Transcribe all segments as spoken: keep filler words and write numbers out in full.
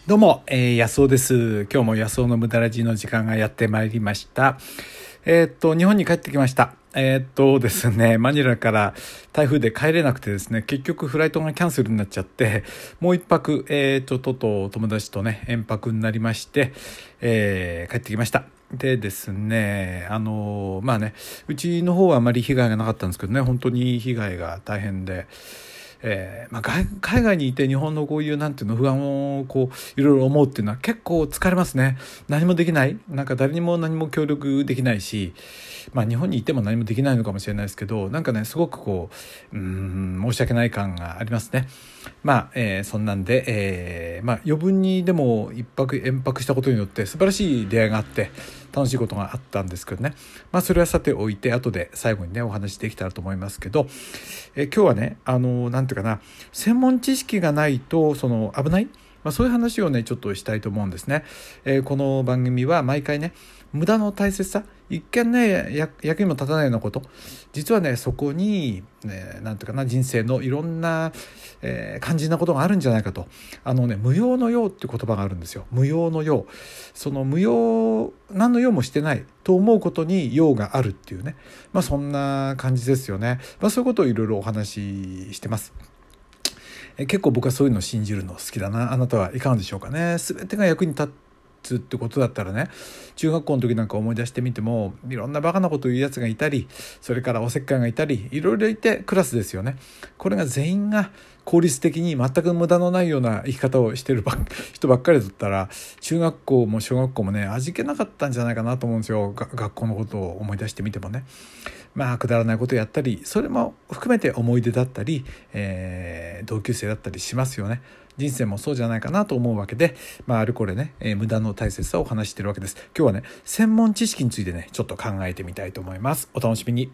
どうも、えー、安尾です。今日も安尾の無駄ラジの時間がやってまいりました。えー、っと、日本に帰ってきました。えー、っとですね、マニラから台風で帰れなくてですね、結局フライトがキャンセルになっちゃって、もう一泊、えー、ちょっとと友達とね、遠泊になりまして、えー、帰ってきました。でですね、あの、まあね、うちの方はあまり被害がなかったんですけどね、本当に被害が大変で、えーまあ、海外にいて日本のこういうなんていうの不安をこういろいろ思うっていうのは結構疲れますね。何もできない、なんか誰にも何も協力できないし、まあ、日本にいても何もできないのかもしれないですけど、なんかねすごくこううーん申し訳ない感がありますね。まあ、えー、そんなんで、えーまあ、余分にでも一泊延泊したことによって素晴らしい出会いがあって楽しいことがあったんですけどね、まあ、それはさておいて後で最後にねお話できたらと思いますけど、えー、今日はねあのなんていうかな、専門知識がないとその危ない、まあ、そういう話をねちょっとしたいと思うんですね。えー、この番組は毎回ね無駄の大切さ、一見ね役にも立たないようなこと、実はねそこに、ね、なんていうかな、人生のいろんな、えー、肝心なことがあるんじゃないかと。あのね無用の用って言葉があるんですよ。無用の用、その無用、何の用もしてないと思うことに用があるっていうね、まあそんな感じですよね。まあそういうことをいろいろお話ししてます。え結構僕はそういうのを信じるの好きだな。あなたはいかがでしょうかね。全てが役に立つってことだったらね、中学校の時なんか思い出してみてもいろんなバカなことを言うやつがいたり、それからおせっかいがいたり、いろいろいてクラスですよね。これが全員が効率的に全く無駄のないような生き方をしてる人ばっかりだったら、中学校も小学校もね味気なかったんじゃないかなと思うんですよ。学校のことを思い出してみてもね、まあくだらないことをやったり、それも含めて思い出だったり、えー、同級生だったりしますよね。人生もそうじゃないかなと思うわけで、まああれこれね、えー、無駄の大切さをお話しているわけです。今日はね専門知識についてねちょっと考えてみたいと思います。お楽しみに。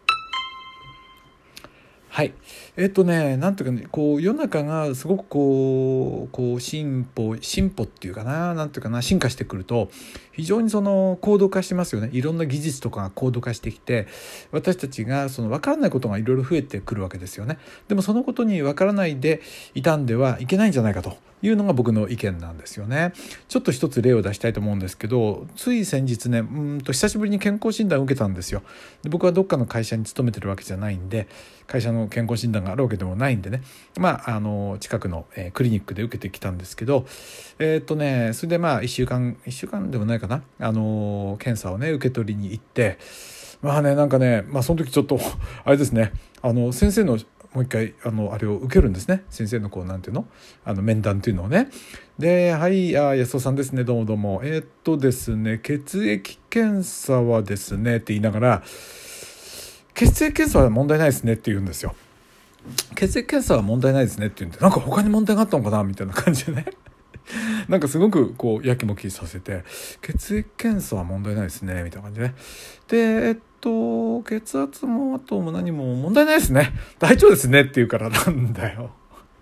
はい、えっとねなんていうかね、こう世の中がすごくこうこう進歩進歩っていうかな、なんていうかな、進化してくると非常にその高度化しますよね。いろんな技術とかが高度化してきて、私たちがその分からないことがいろいろ増えてくるわけですよね。でもそのことに分からないでいたんではいけないんじゃないかというのが僕の意見なんですよね。ちょっと一つ例を出したいと思うんですけど、つい先日ねうんと久しぶりに健康診断を受けたんですよ。で僕はどっかの会社に勤めてるわけじゃないんで、会社の健康診断があるわけでもないんでね、まああの近くの、えー、クリニックで受けてきたんですけど、えー、っとねそれでまあいっしゅうかんいっしゅうかんでもないかな、あの検査をね受け取りに行って、まあねなんかね、まあその時ちょっとあれですね、あの先生のもう一回あのあれを受けるんですね。先生のこうなんていうの、あの面談っていうのをね。で、はい、あ、安尾さんですね、どうもどうも。えー、っとですね、血液検査はですねって言いながら、血液検査は問題ないですねって言うんですよ。血液検査は問題ないですねって言うんで、なんか他に問題があったのかなみたいな感じでね。なんかすごくこうやきもきさせて、血液検査は問題ないですねみたいな感じでね。で、えっと血圧もあとも何も問題ないですね、大丈夫ですねって言うから、なんだよ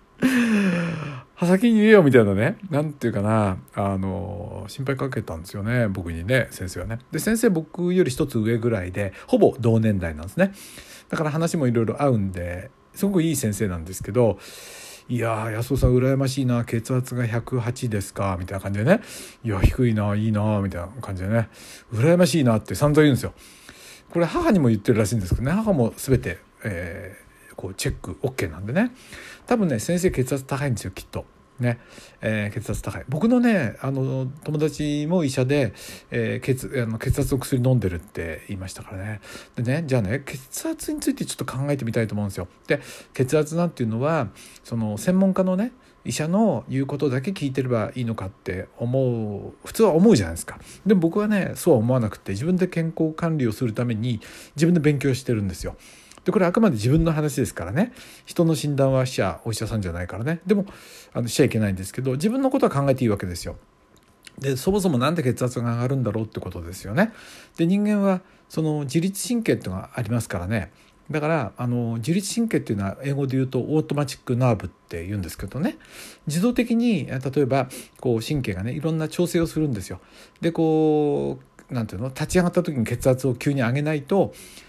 先に言えよみたいなね、なんていうかな、あの心配かけたんですよね、僕にね、先生はね。で先生僕より一つ上ぐらいでほぼ同年代なんですね。だから話もいろいろ合うんですごくいい先生なんですけど、いやー安尾さん羨ましいな、血圧がひゃくはちですかみたいな感じでね、いや低いないいなみたいな感じでね、羨ましいなって散々言うんですよ。これ母にも言ってるらしいんですけどね、母も全て、えー、こうチェック OK なんでね、多分ね先生血圧高いんですよきっとね、えー、血圧高い。僕のねあの友達も医者で、えー、血, あの血圧の薬飲んでるって言いましたからね。でね、じゃあね血圧についてちょっと考えてみたいと思うんですよ。で血圧なんていうのはその専門家のね医者の言うことだけ聞いてればいいのかって思う、普通は思うじゃないですか。でも僕はねそうは思わなくて、自分で健康管理をするために自分で勉強してるんですよ。でこれはあくまで自分の話ですからね、人の診断はしちゃお医者さんじゃないからね。でもあのしちゃいけないんですけど、自分のことは考えていいわけですよ。でそもそもなんで血圧が上がるんだろうってことですよね。で人間はその自律神経っていうのがありますからね。だからあの自律神経っていうのは英語で言うとオートマチックナーブって言うんですけどね、自動的に例えばこう神経がねいろんな調整をするんですよ。でこうなんていうの、立ち上がった時に血圧を急に上げないと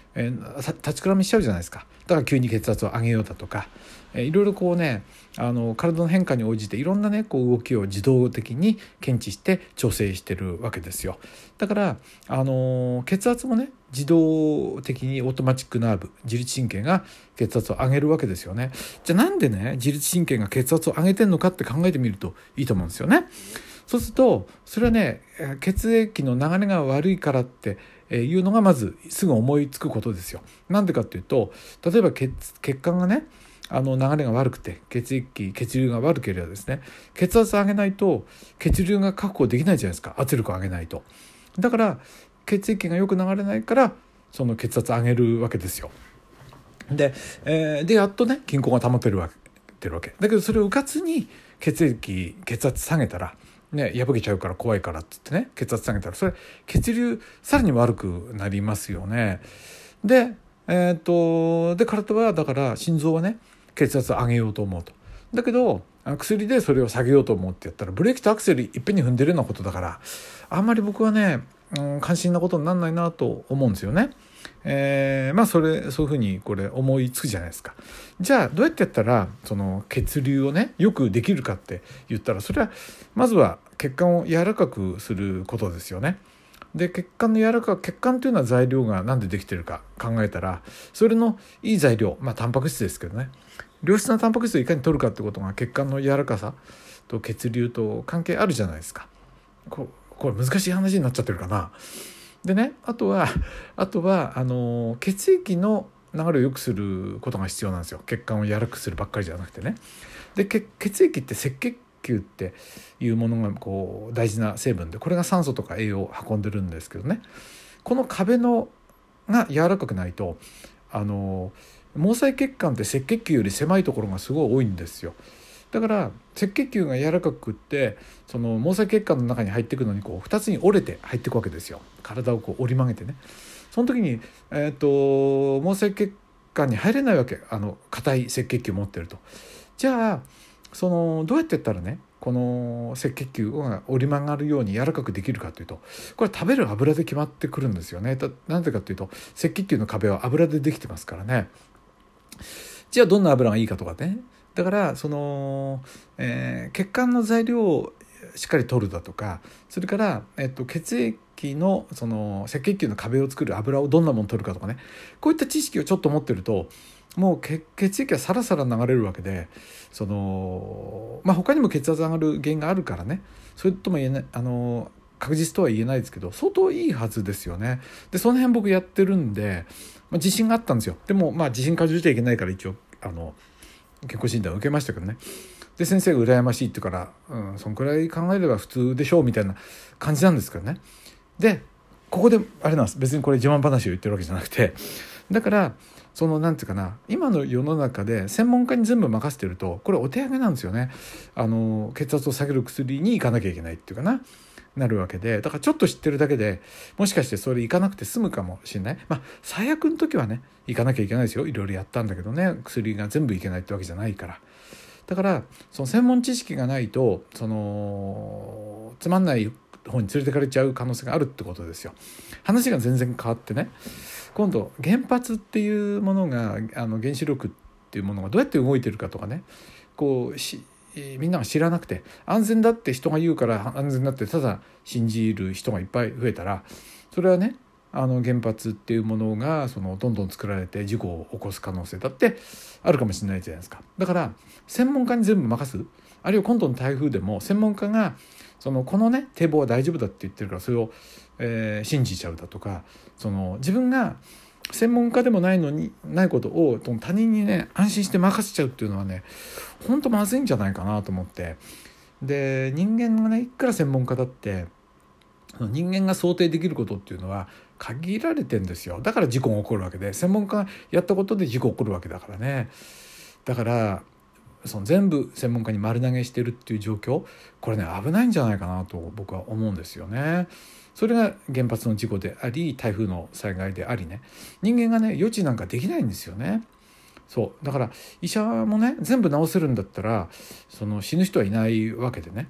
えー、立ちくらみしちゃうじゃないですか。だから急に血圧を上げようだとか、えー、いろいろこうねあの体の変化に応じていろんなねこう動きを自動的に検知して調整してるわけですよ。だからあのー、血圧もね自動的にオートマチックナーブ自律神経が血圧を上げるわけですよね。じゃあなんでね自律神経が血圧を上げてんのかって考えてみるといいと思うんですよね。そうするとそれはね血液の流れが悪いからっていうのがまずすぐ思いつくことですよ。なんでかっていうと例えば 血, 血管がねあの流れが悪くて血液血流が悪ければですね血圧上げないと血流が確保できないじゃないですか。圧力を上げないと。だから血液がよく流れないからその血圧上げるわけですよ。で、えー、でやっとね均衡が保てるわけてるわけだけどそれをうかつに血液血圧下げたらね、破けちゃうから怖いからって言ってね血圧下げたらそれ血流さらに悪くなりますよね。で、えー、とで体はだから心臓はね血圧を上げようと思うと。だけど薬でそれを下げようと思うってやったらブレーキとアクセルいっぺんに踏んでるようなことだからあんまり僕はね、うん、関心なことにならないなと思うんですよね。えー、まあそれそういうふうにこれ思いつくじゃないですか。じゃあどうやってやったらその血流をねよくできるかって言ったらそれはまずは血管を柔らかくすることですよね。で血管の柔らか血管というのは材料が何でできているか考えたらそれのいい材料まあタンパク質ですけどね良質なタンパク質をいかに取るかってことが血管の柔らかさと血流と関係あるじゃないですか。ここれ難しい話になっちゃってるかな。でねあとはあとはあの血液の流れを良くすることが必要なんですよ。血管を柔らかくするばっかりじゃなくてね。で血液って赤血球っていうものがこう大事な成分でこれが酸素とか栄養を運んでるんですけどねこの壁のが柔らかくないとあの毛細血管って赤血球より狭いところがすごい多いんですよ。だから赤血球が柔らかくってその毛細血管の中に入っていくのにこうふたつに折れて入っていくわけですよ。体をこう折り曲げてねその時に、えー、と毛細血管に入れないわけあの硬い赤血球を持ってると。じゃあそのどうやってやったらねこの赤血球が折り曲がるように柔らかくできるかというとこれ食べる油で決まってくるんですよね。なんでかというと赤血球の壁は油でできてますからね。じゃあどんな油がいいかとかねだからその、えー、血管の材料をしっかり取るだとかそれから、えっと、血液のその赤血球の壁を作る油をどんなもの取るかとかねこういった知識をちょっと持ってるともう 血, 血液がさらさら流れるわけでその、まあ、他にも血圧上がる原因があるからねそれとも言えないあの確実とは言えないですけど相当いいはずですよね。でその辺僕やってるんで、まあ、自信があったんですよ。でもまあ自信過剰じゃいけないから一応あの健康診断を受けましたけどね。で先生が羨ましいって言うから、うん、そんくらい考えれば普通でしょうみたいな感じなんですけどね。でここであれなんです別にこれ自慢話を言ってるわけじゃなくてだからそのなんていうかな今の世の中で専門家に全部任せてるとこれお手上げなんですよね。あの血圧を下げる薬に行かなきゃいけないっていうかななるわけでだからちょっと知ってるだけでもしかしてそれ行かなくて済むかもしれない。まあ最悪の時はね行かなきゃいけないですよ。いろいろやったんだけどね薬が全部いけないってわけじゃないからだからその専門知識がないとそのつまんない方に連れてかれちゃう可能性があるってことですよ。話が全然変わってね今度原発っていうものがあの原子力っていうものがどうやって動いてるかとかねこうしみんなが知らなくて安全だって人が言うから安全だってただ信じる人がいっぱい増えたらそれはねあの原発っていうものがそのどんどん作られて事故を起こす可能性だってあるかもしれないじゃないですか。だから専門家に全部任すあるいは今度の台風でも専門家がそのこのね堤防は大丈夫だって言ってるからそれを、えー、信じちゃうだとかその自分が専門家でもないのにないことを他人にね安心して任せちゃうっていうのはね本当まずいんじゃないかなと思ってで人間がねいくら専門家だって人間が想定できることっていうのは限られてんですよ。だから事故が起こるわけで専門家がやったことで事故起こるわけだからね。だからその全部専門家に丸投げしてるっていう状況これね危ないんじゃないかなと僕は思うんですよね。それが原発の事故であり台風の災害でありね人間がね予知なんかできないんですよね。そうだから医者もね全部治せるんだったらその死ぬ人はいないわけでね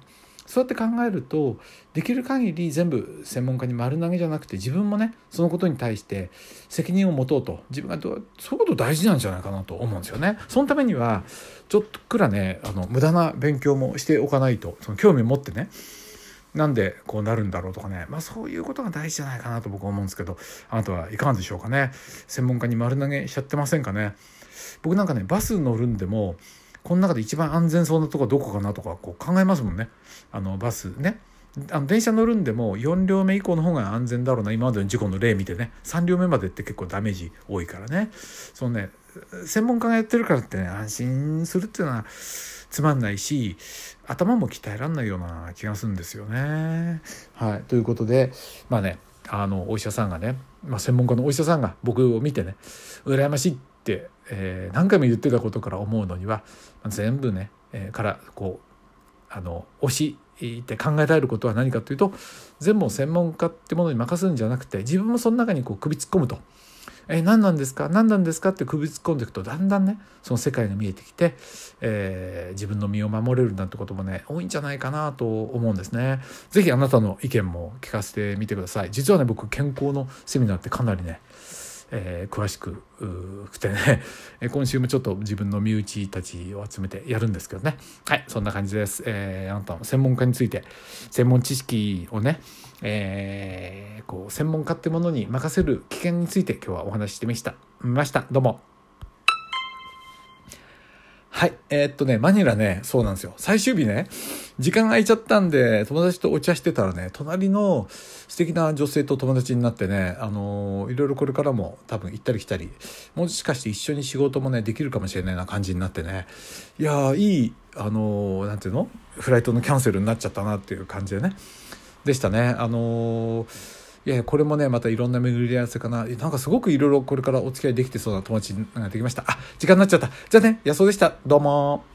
そうやって考えるとできる限り全部専門家に丸投げじゃなくて、自分もねそのことに対して責任を持とうと、自分がどうそういうこと大事なんじゃないかなと思うんですよね。そのためにはちょっとくらねあの無駄な勉強もしておかないと、その興味を持ってね、なんでこうなるんだろうとかね、まあそういうことが大事じゃないかなと僕は思うんですけど、あなたはいかがでしょうかね。専門家に丸投げしちゃってませんかね。僕なんかねバス乗るんでもこの中で一番安全そうなとこはどこかなとかこう考えますもんね。あのバスね、あの電車乗るんでもよん両目以降の方が安全だろうな、今までの事故の例見てね。さん両目までって結構ダメージ多いからね。そのね専門家がやってるからってね安心するっていうのはつまんないし、頭も鍛えらんないような気がするんですよね。はい、ということでまあねあのお医者さんがね、まあ、専門家のお医者さんが僕を見てね羨ましいって、えー、何回も言ってたことから思うのには、全部ね、えー、からこうあの教えて考えられることは何かというと、全部を専門家ってものに任すんじゃなくて、自分もその中にこう首突っ込むと。えー、何なんですか何なんですかって首突っ込んでいくと、だんだんねその世界が見えてきて、えー、自分の身を守れるなんてこともね多いんじゃないかなと思うんですね。ぜひあなたの意見も聞かせてみてください。実はね僕健康のセミナーってかなりね、えー、詳しくくてね今週もちょっと自分の身内たちを集めてやるんですけどね。はい、そんな感じです。えー、あなたの専門家について、専門知識をね、えー、こう専門家ってものに任せる危険について今日はお話ししてみましたましたどうも。はい。えー、っとね、マニラね、そうなんですよ。最終日ね、時間空いちゃったんで、友達とお茶してたらね、隣の素敵な女性と友達になってね、あのー、いろいろこれからも多分行ったり来たり、もしかして一緒に仕事もね、できるかもしれないな感じになってね、いやー、いい、あのー、なんていうの？フライトのキャンセルになっちゃったなっていう感じでね、でしたね。あのー、いやこれもねまたいろんな巡り合わせかな。なんかすごくいろいろこれからお付き合いできてそうな友達ができました。あ、時間になっちゃった。じゃあね、安尾でした。どうも。